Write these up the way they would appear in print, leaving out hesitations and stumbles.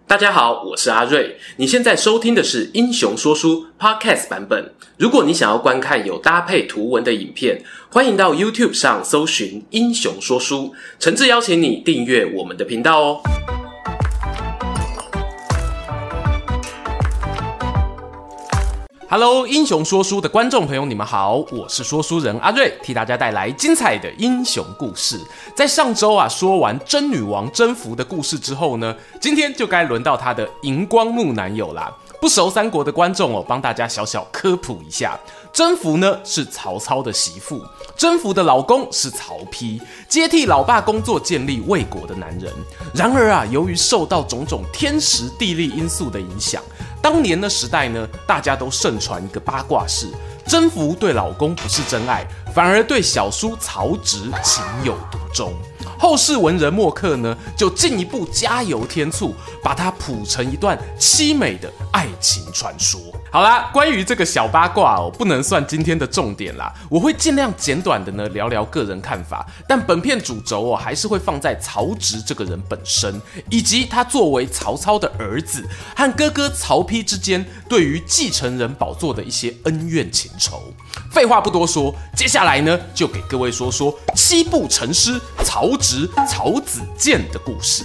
大家好，我是阿瑞。你现在收听的是英雄说书 Podcast 版本。如果你想要观看有搭配图文的影片，欢迎到 YouTube 上搜寻英雄说书，诚挚邀请你订阅我们的频道哦。Hello， 英雄说书的观众朋友，你们好，我是说书人阿瑞，替大家带来精彩的英雄故事。在上周说完真女王征服的故事之后呢，今天就该轮到她的荧光幕男友啦。不熟三国的观众帮大家小小科普一下，征服呢是曹操的媳妇，征服的老公是曹丕，接替老爸工作建立魏国的男人。然而由于受到种种天时地利因素的影响，当年的时代呢，大家都盛传一个八卦是，征服对老公不是真爱，反而对小叔曹植情有独钟。后世文人墨客呢，就进一步加油添醋，把它谱成一段凄美的爱情传说。好啦，关于这个小八卦不能算今天的重点啦，我会尽量简短的呢聊聊个人看法，但本片主轴还是会放在曹植这个人本身，以及他作为曹操的儿子和哥哥曹丕之间对于继承人宝座的一些恩怨情仇。废话不多说，接下来呢就给各位说说七步成诗曹植曹子建的故事。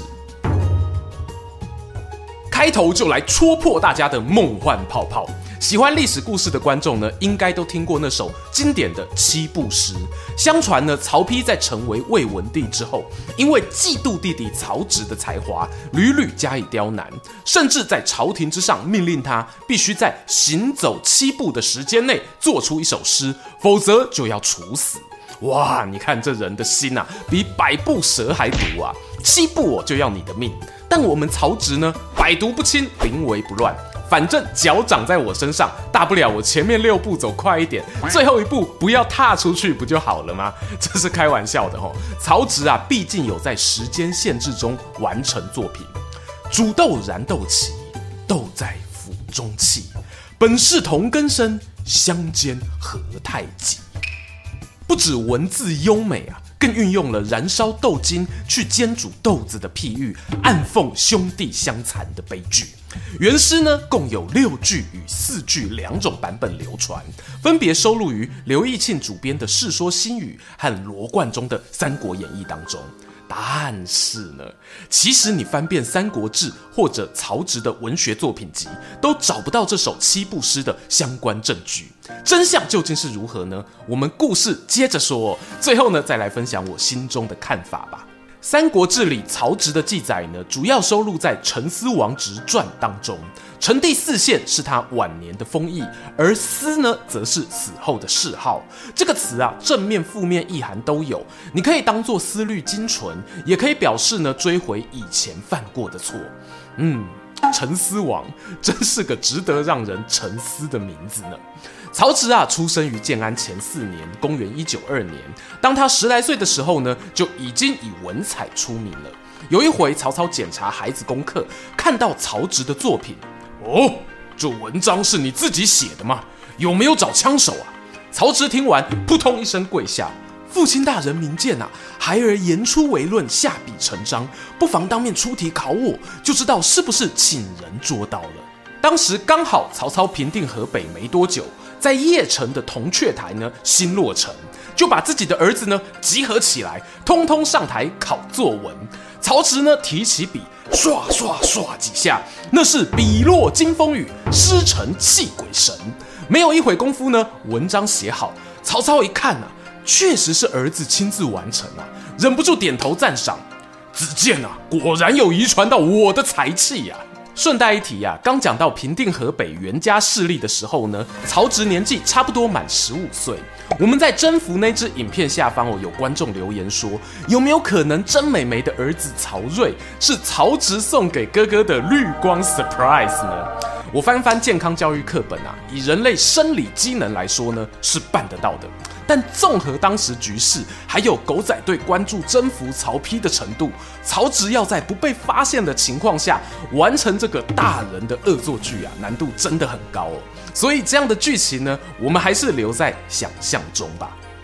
开头就来戳破大家的梦幻泡泡。喜欢历史故事的观众呢，应该都听过那首经典的七步诗。相传呢，曹丕在成为魏文帝之后，因为嫉妒弟弟曹植的才华，屡屡加以刁难，甚至在朝廷之上命令他必须在行走7步的时间内做出一首诗，否则就要处死。哇，你看这人的心比百步蛇还毒！7步就要你的命。但我们曹植呢，百毒不侵，临危不乱。反正脚长在我身上，大不了我前面6步走快一点，最后1步不要踏出去不就好了吗？这是开玩笑的曹植毕竟有在时间限制中完成作品。煮豆燃豆萁，豆在釜中泣。本是同根生，相煎何太急。不止文字优美更运用了燃烧豆精去煎煮豆子的譬喻，暗讽兄弟相残的悲剧。原诗呢共有6句与4句2种版本流传，分别收录于刘义庆主编的《世说新语》和罗贯中的《三国演义》当中。但是呢，其实你翻遍《三国志》或者曹植的文学作品集，都找不到这首7步诗的相关证据。真相究竟是如何呢？我们故事接着说最后呢，再来分享我心中的看法吧。《三国志》里曹植的记载呢，主要收录在《陈思王直传》当中。陈第4县是他晚年的封邑，而思呢，则是死后的谥号。这个词正面负面意涵都有，你可以当作思虑精纯，也可以表示呢追回以前犯过的错。陈思王真是个值得让人沉思的名字呢。曹植出生于建安前4年，公元192年。当他10来岁的时候呢，就已经以文采出名了。有一回，曹操检查孩子功课，看到曹植的作品，这文章是你自己写的吗？有没有找枪手曹植听完，扑通一声跪下。父亲大人明鉴孩儿言出为论，下笔成章，不妨当面出题考我，就知道是不是请人捉刀了。当时刚好曹操平定河北没多久，在邺城的铜雀台呢新落成，就把自己的儿子呢集合起来，通通上台考作文。曹植呢提起笔，刷刷刷几下，那是笔落惊风雨，诗成泣鬼神。没有一会功夫呢，文章写好。曹操一看确实是儿子亲自完成忍不住点头赞赏。子建果然有遗传到我的才气顺带一提刚讲到平定河北袁家势力的时候呢，曹植年纪差不多满15岁。我们在征服那支影片下方有观众留言说，有没有可能甄美眉的儿子曹睿是曹植送给哥哥的绿光 surprise 呢？我翻翻健康教育课本以人类生理机能来说呢，是办得到的。但综合当时局势，还有狗仔队关注征服曹丕的程度，曹植要在不被发现的情况下完成这个大人的恶作剧难度真的很高所以这样的剧情呢，我们还是留在想象中吧。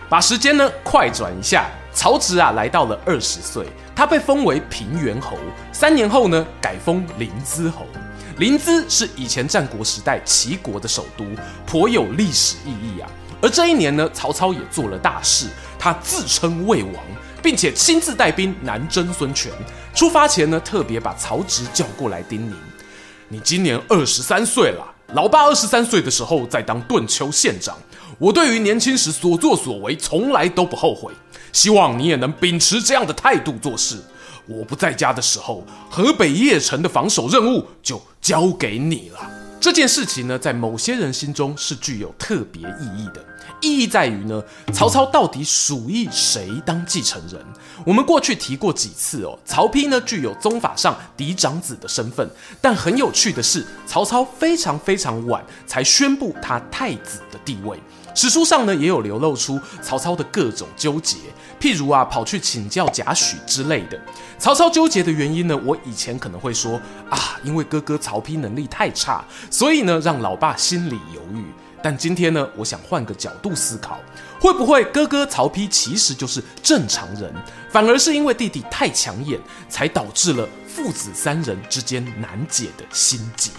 把时间呢快转一下，曹植啊来到了20岁，他被封为平原侯，3年后呢改封临淄侯。临淄是以前战国时代齐国的首都，颇有历史意义啊。而这一年呢，曹操也做了大事，他自称魏王，并且亲自带兵南征孙权。出发前呢，特别把曹植叫过来叮咛：“你今年23岁了，老爸23岁的时候在当顿丘县长，我对于年轻时所作所为从来都不后悔，希望你也能秉持这样的态度做事。我不在家的时候，河北邺城的防守任务就交给你了。”这件事情呢，在某些人心中是具有特别意义的。意义在于呢，曹操到底属意谁当继承人？我们过去提过几次哦，曹丕呢具有宗法上嫡长子的身份，但很有趣的是，曹操非常晚才宣布他太子的地位。史书上呢也有流露出曹操的各种纠结，譬如啊跑去请教贾诩之类的。曹操纠结的原因呢，我以前可能会说啊，因为哥哥曹丕能力太差，所以呢让老爸心里犹豫。但今天呢，我想换个角度思考，会不会哥哥曹丕其实就是正常人，反而是因为弟弟太抢眼，才导致了父子3人之间难解的心结？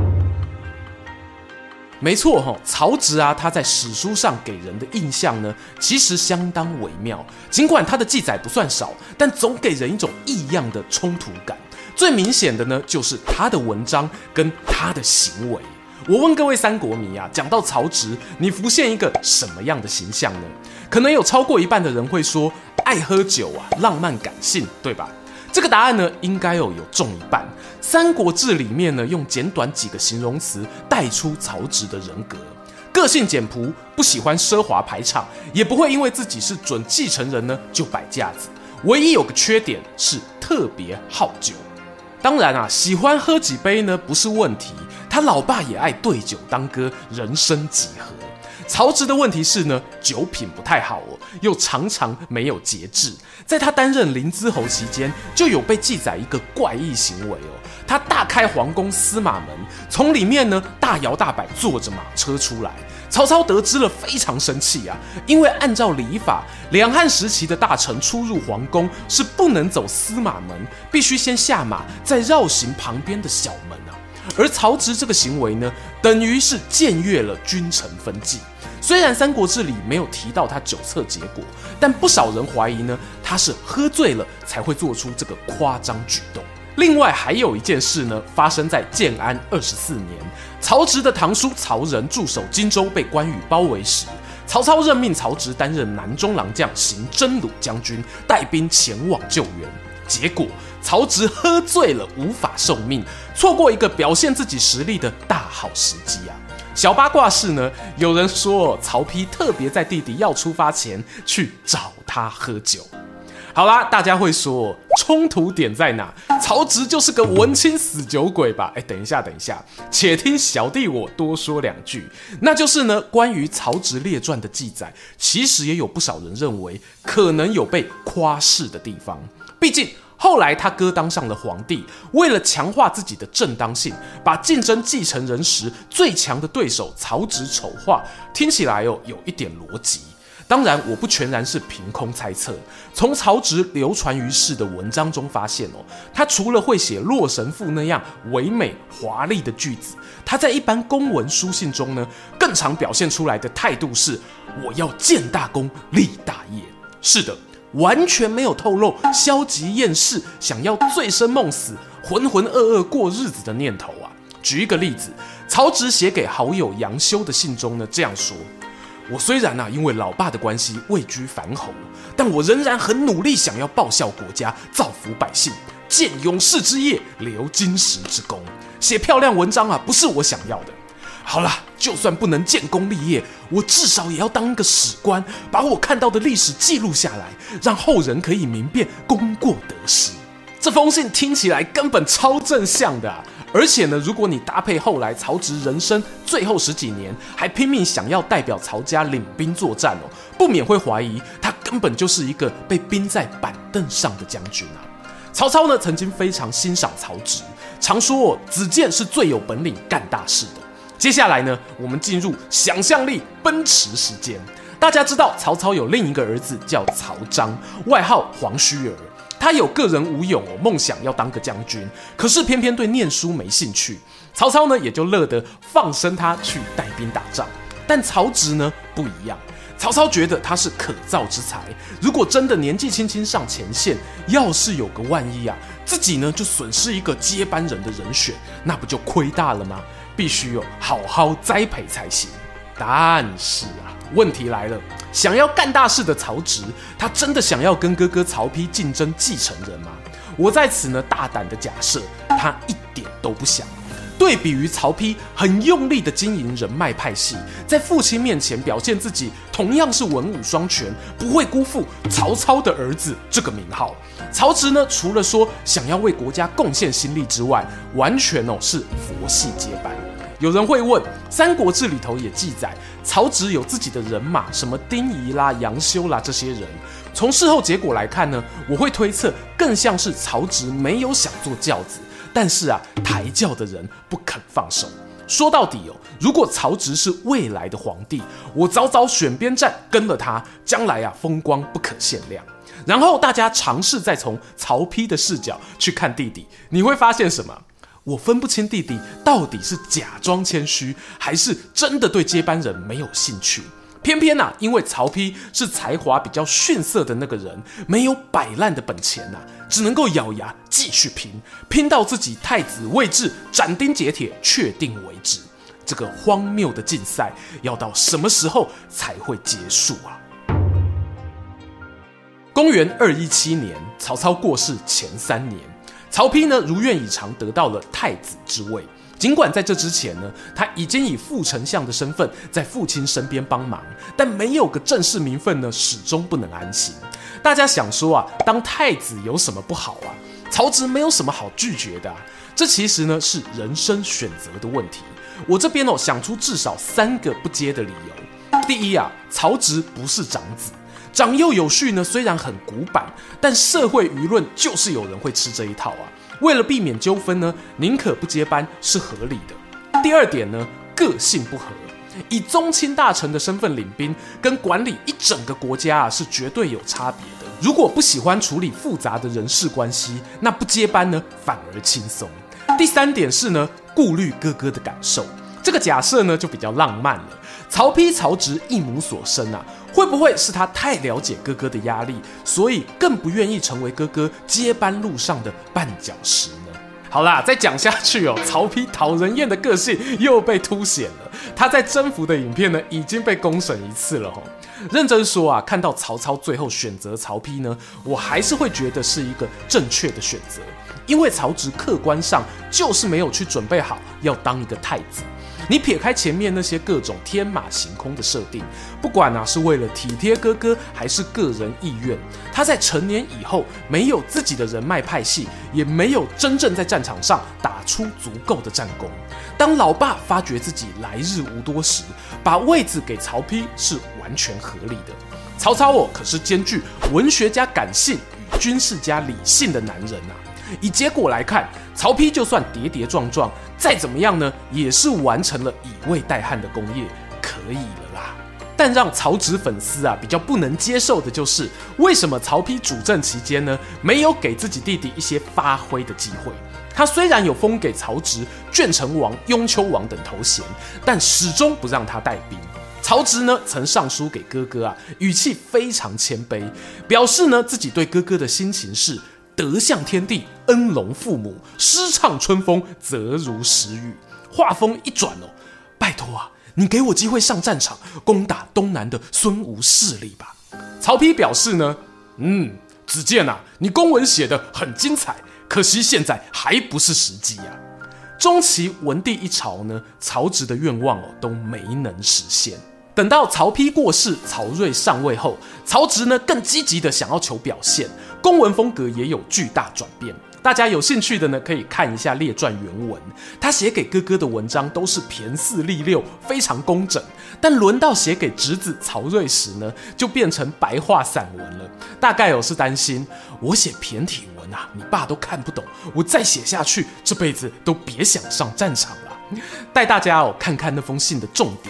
没错曹植啊，他在史书上给人的印象呢，其实相当微妙。尽管他的记载不算少，但总给人一种异样的冲突感。最明显的呢，就是他的文章跟他的行为。我问各位三国迷啊，讲到曹植，你浮现一个什么样的形象呢？可能有超过一半的人会说爱喝酒啊，浪漫感性，对吧？这个答案呢，应该有中一半。《三国志》里面呢，用简短几个形容词带出曹植的人格：个性简朴，不喜欢奢华排场，也不会因为自己是准继承人呢就摆架子。唯一有个缺点是特别好酒。当然啊，喜欢喝几杯呢不是问题，他老爸也爱对酒当歌，人生几何。曹植的问题是呢，酒品不太好哦，又常常没有节制。在他担任临淄侯期间，就有被记载一个怪异行为哦，他大开皇宫司马门，从里面呢大摇大摆坐着马车出来。曹操得知了非常生气啊，因为按照礼法，两汉时期的大臣出入皇宫是不能走司马门，必须先下马，再绕行旁边的小门啊。而曹植这个行为呢，等于是僭越了君臣分际。虽然《三国志》里没有提到他酒测结果，但不少人怀疑呢，他是喝醉了才会做出这个夸张举动。另外还有一件事呢，发生在建安24年，曹植的堂叔曹仁驻守荆州被关羽包围时，曹操任命曹植担任南中郎将，行征虏将军，带兵前往救援。结果曹植喝醉了，无法受命，错过一个表现自己实力的大好时机啊！小八卦是呢，有人说曹丕特别在弟弟要出发前去找他喝酒。好啦，大家会说冲突点在哪？曹植就是个文青死酒鬼吧？等一下，且听小弟我多说两句。那就是呢，关于曹植列传的记载，其实也有不少人认为可能有被夸饰的地方。毕竟后来他哥当上了皇帝，为了强化自己的正当性，把竞争继承人时最强的对手曹植丑化，听起来有一点逻辑。当然，我不全然是凭空猜测。从曹植流传于世的文章中发现他除了会写《洛神赋》那样唯美华丽的句子，他在一般公文书信中呢，更常表现出来的态度是：我要建大功，立大业。是的，完全没有透露消极厌世、想要醉生梦死、浑浑噩噩过日子的念头啊。举一个例子，曹植写给好友杨修的信中呢，这样说：我虽然因为老爸的关系位居樊侯，但我仍然很努力，想要报效国家，造福百姓，建勇士之业，留金石之功。写漂亮文章不是我想要的。好啦，就算不能建功立业，我至少也要当一个史官，把我看到的历史记录下来，让后人可以明辨功过得失。这封信听起来根本超正向的而且呢，如果你搭配后来曹植人生最后10几年，还拼命想要代表曹家领兵作战不免会怀疑他根本就是一个被钉在板凳上的将军啊。曹操呢，曾经非常欣赏曹植，常说子建是最有本领干大事的。接下来呢，我们进入想象力奔驰时间。 大家知道曹操有另一个儿子叫曹彰，外号黄须儿。他有个人武勇梦想要当个将军，可是偏偏对念书没兴趣。曹操呢也就乐得放生他去带兵打仗。但曹植呢不一样，曹操觉得他是可造之才，如果真的年纪轻轻上前线，要是有个万一啊，自己呢就损失一个接班人的人选，那不就亏大了吗？必须好好栽培才行。但是啊，问题来了，想要干大事的曹植，他真的想要跟哥哥曹丕竞争继承人吗？我在此呢大胆的假设，他一点都不想。对比于曹丕很用力的经营人脉派系，在父亲面前表现自己同样是文武双全，不会辜负曹操的儿子这个名号。曹植呢，除了说想要为国家贡献心力之外，完全是佛系接班。有人会问，《三国志》里头也记载，曹植有自己的人马，什么丁仪啦、杨修啦这些人。从事后结果来看呢，我会推测更像是曹植没有想做轿子，但是啊，抬轿的人不肯放手。说到底如果曹植是未来的皇帝，我早早选边站跟了他，将来啊风光不可限量。然后大家尝试再从曹丕的视角去看弟弟，你会发现什么？我分不清弟弟到底是假装谦虚，还是真的对接班人没有兴趣。偏偏啊，因为曹丕是才华比较逊色的那个人，没有摆烂的本钱啊，只能够咬牙继续拼到自己太子位置斩钉截铁确定为止。这个荒谬的竞赛要到什么时候才会结束啊？公元217年，曹操过世前3年，曹丕呢如愿以偿得到了太子之位。尽管在这之前呢，他已经以副丞相的身份在父亲身边帮忙，但没有个正式名分呢，始终不能安心。大家想说啊，当太子有什么不好啊？曹植没有什么好拒绝的啊。这其实呢是人生选择的问题。我这边想出至少3个不接的理由。第一啊，曹植不是长子。长幼有序呢，虽然很古板，但社会舆论就是有人会吃这一套啊。为了避免纠纷呢，宁可不接班是合理的。第二点呢，个性不合，以宗亲大臣的身份领兵，跟管理一整个国家是绝对有差别的。如果不喜欢处理复杂的人事关系，那不接班呢反而轻松。第三点是呢，顾虑哥哥的感受。这个假设呢就比较浪漫了。曹丕、曹植一母所生啊，会不会是他太了解哥哥的压力，所以更不愿意成为哥哥接班路上的绊脚石呢？好啦，再讲下去曹丕讨人厌的个性又被凸显了。他在征服的影片呢已经被公审1次了认真说啊，看到曹操最后选择曹丕呢，我还是会觉得是一个正确的选择，因为曹植客观上就是没有去准备好要当一个太子。你撇开前面那些各种天马行空的设定，不管是为了体贴哥哥还是个人意愿，他在成年以后没有自己的人脉派系，也没有真正在战场上打出足够的战功。当老爸发觉自己来日无多时，把位子给曹丕是完全合理的。曹操可是兼具文学家感性与军事家理性的男人啊。以结果来看，曹丕就算跌跌撞撞，再怎么样呢，也是完成了以魏代汉的功业，可以了啦。但让曹植粉丝比较不能接受的就是，为什么曹丕主政期间呢，没有给自己弟弟一些发挥的机会？他虽然有封给曹植鄄城王、雍丘王等头衔，但始终不让他带兵。曹植呢，曾上书给哥哥语气非常谦卑，表示呢自己对哥哥的心情是德向天地，恩隆父母，诗唱春风，则如时雨。话锋一转拜托你给我机会上战场，攻打东南的孙吴势力吧。曹丕表示呢，子建你公文写得很精彩，可惜现在还不是时机啊。终其文帝一朝呢，曹植的愿望都没能实现。等到曹丕过世，曹睿上位后，曹植呢更积极的想要求表现，公文风格也有巨大转变。大家有兴趣的呢，可以看一下列传原文。他写给哥哥的文章都是骈4俪6，非常工整。但轮到写给侄子曹睿时呢，就变成白话散文了。大概是担心我写骈体文你爸都看不懂，我再写下去，这辈子都别想上战场了。带大家看看那封信的重点。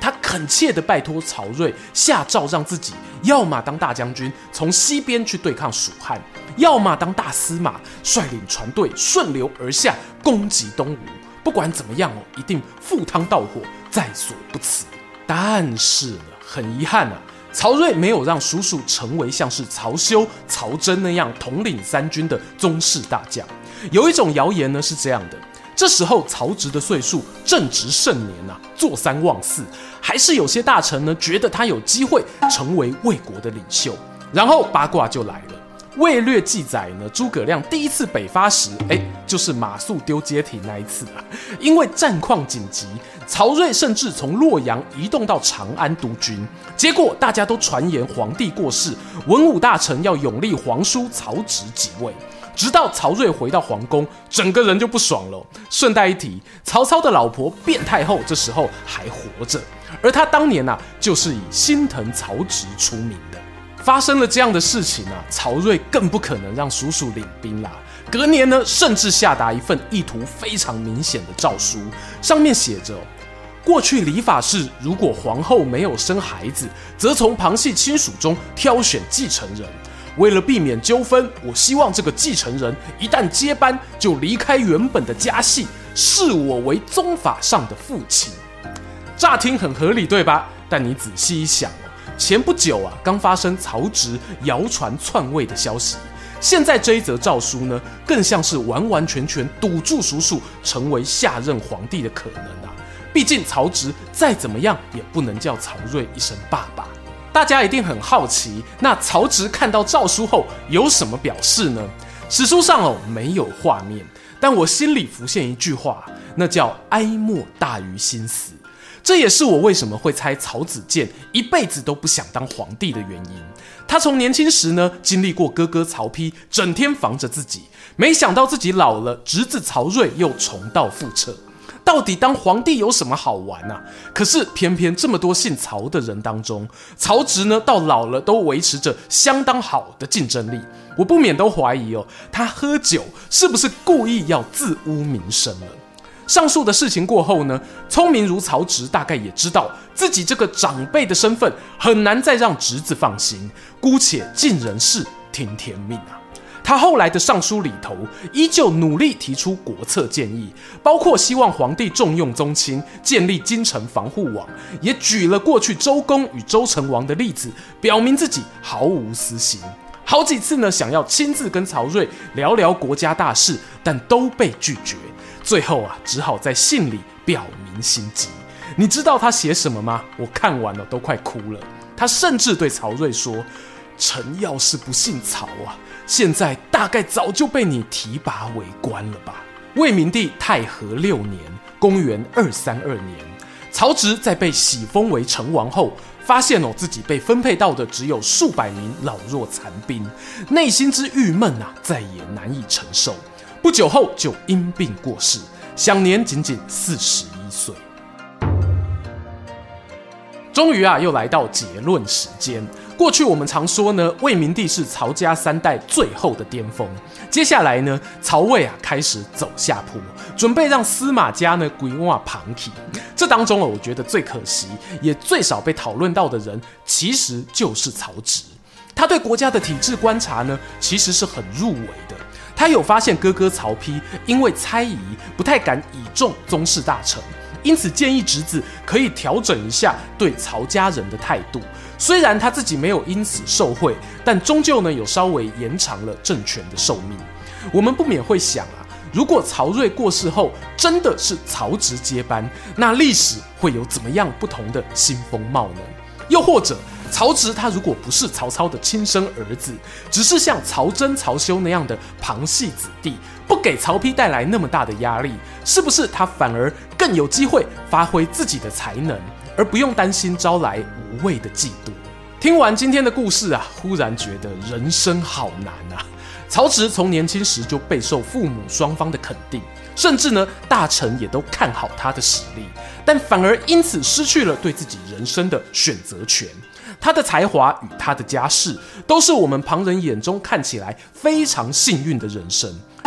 他恳切地拜托曹睿下诏让自己要么当大将军从西边去对抗蜀汉，要么当大司马率领船队顺流而下攻击东吴。不管怎么样一定赴汤蹈火，在所不辞。但是呢，很遗憾曹睿没有让叔叔成为像是曹休、曹真那样统领三军的宗室大将。有一种谣言呢是这样的：这时候曹植的岁数正值盛年坐三望四，还是有些大臣呢觉得他有机会成为魏国的领袖。然后八卦就来了。魏略记载呢，诸葛亮第一次北伐时，就是马谡丢街亭那一次因为战况紧急，曹睿甚至从洛阳移动到长安督军。结果大家都传言皇帝过世，文武大臣要拥立皇叔曹植即位。直到曹睿回到皇宫，整个人就不爽了。顺带一提，曹操的老婆卞太后这时候还活着，而他当年就是以心疼曹植出名的。发生了这样的事情曹睿更不可能让叔叔领兵啦。隔年呢，甚至下达一份意图非常明显的诏书，上面写着过去礼法是，如果皇后没有生孩子，则从旁系亲属中挑选继承人。为了避免纠纷，我希望这个继承人一旦接班，就离开原本的家系，视我为宗法上的父亲。乍听很合理，对吧？但你仔细一想前不久刚发生曹植谣传篡位的消息，现在这一则诏书呢，更像是完完全全堵住叔叔成为下任皇帝的可能毕竟曹植再怎么样也不能叫曹睿一声爸爸。大家一定很好奇，那曹植看到诏书后有什么表示呢？史书上没有画面，但我心里浮现一句话，那叫哀莫大于心死。这也是我为什么会猜曹子建一辈子都不想当皇帝的原因。他从年轻时呢，经历过哥哥曹丕整天防着自己，没想到自己老了，侄子曹睿又重蹈覆辙。到底当皇帝有什么好玩可是偏偏这么多姓曹的人当中，曹植呢到老了都维持着相当好的竞争力。我不免都怀疑他喝酒是不是故意要自污名声了？上述的事情过后呢，聪明如曹植大概也知道自己这个长辈的身份很难再让侄子放心，姑且尽人事听天命他后来的上书里头依旧努力提出国策建议，包括希望皇帝重用宗亲，建立京城防护网，也举了过去周公与周成王的例子，表明自己毫无私心。好几次呢，想要亲自跟曹睿聊聊国家大事，但都被拒绝。最后只好在信里表明心迹。你知道他写什么吗？我看完了都快哭了。他甚至对曹睿说：“臣要是不姓曹现在大概早就被你提拔为官了吧。”魏明帝太和6年，公元232年，曹植在被喜封为成王后，发现自己被分配到的只有数百名老弱残兵，内心之郁闷再也难以承受。不久后就因病过世，享年仅仅41岁。终于又来到结论时间。过去我们常说呢，魏明帝是曹家3代最后的巅峰。接下来呢，曹魏开始走下坡，准备让司马家呢规划旁起。这当中我觉得最可惜，也最少被讨论到的人，其实就是曹植。他对国家的体制观察呢，其实是很入微的。他有发现哥哥曹丕因为猜疑，不太敢倚重宗室大臣，因此建议侄子可以调整一下对曹家人的态度。虽然他自己没有因此受贿，但终究呢有稍微延长了政权的寿命。我们不免会想如果曹睿过世后真的是曹植接班，那历史会有怎么样不同的新风貌呢？又或者曹植他如果不是曹操的亲生儿子，只是像曹真、曹休那样的旁系子弟，不给曹丕带来那么大的压力，是不是他反而更有机会发挥自己的才能，而不用担心招来无谓的嫉妒？听完今天的故事忽然觉得人生好难曹植从年轻时就备受父母双方的肯定，甚至呢大臣也都看好他的实力，但反而因此失去了对自己人生的选择权。他的才华与他的家世，都是我们旁人眼中看起来非常幸运的人生。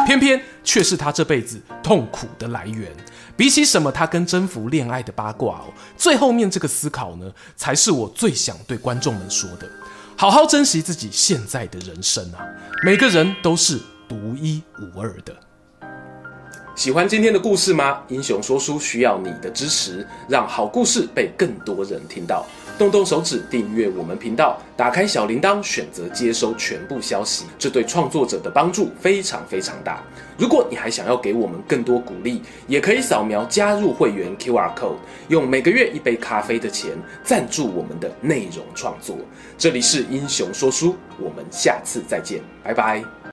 偏偏却是他这辈子痛苦的来源。比起什么他跟征服恋爱的八卦最后面这个思考呢，才是我最想对观众们说的。好好珍惜自己现在的人生啊，每个人都是独一无二的。喜欢今天的故事吗？英雄说书需要你的支持，让好故事被更多人听到。动动手指订阅我们频道，打开小铃铛，选择接收全部消息，这对创作者的帮助非常非常大。如果你还想要给我们更多鼓励，也可以扫描加入会员 QR Code， 用每个月1杯咖啡的钱赞助我们的内容创作。这里是英雄说书，我们下次再见，拜拜。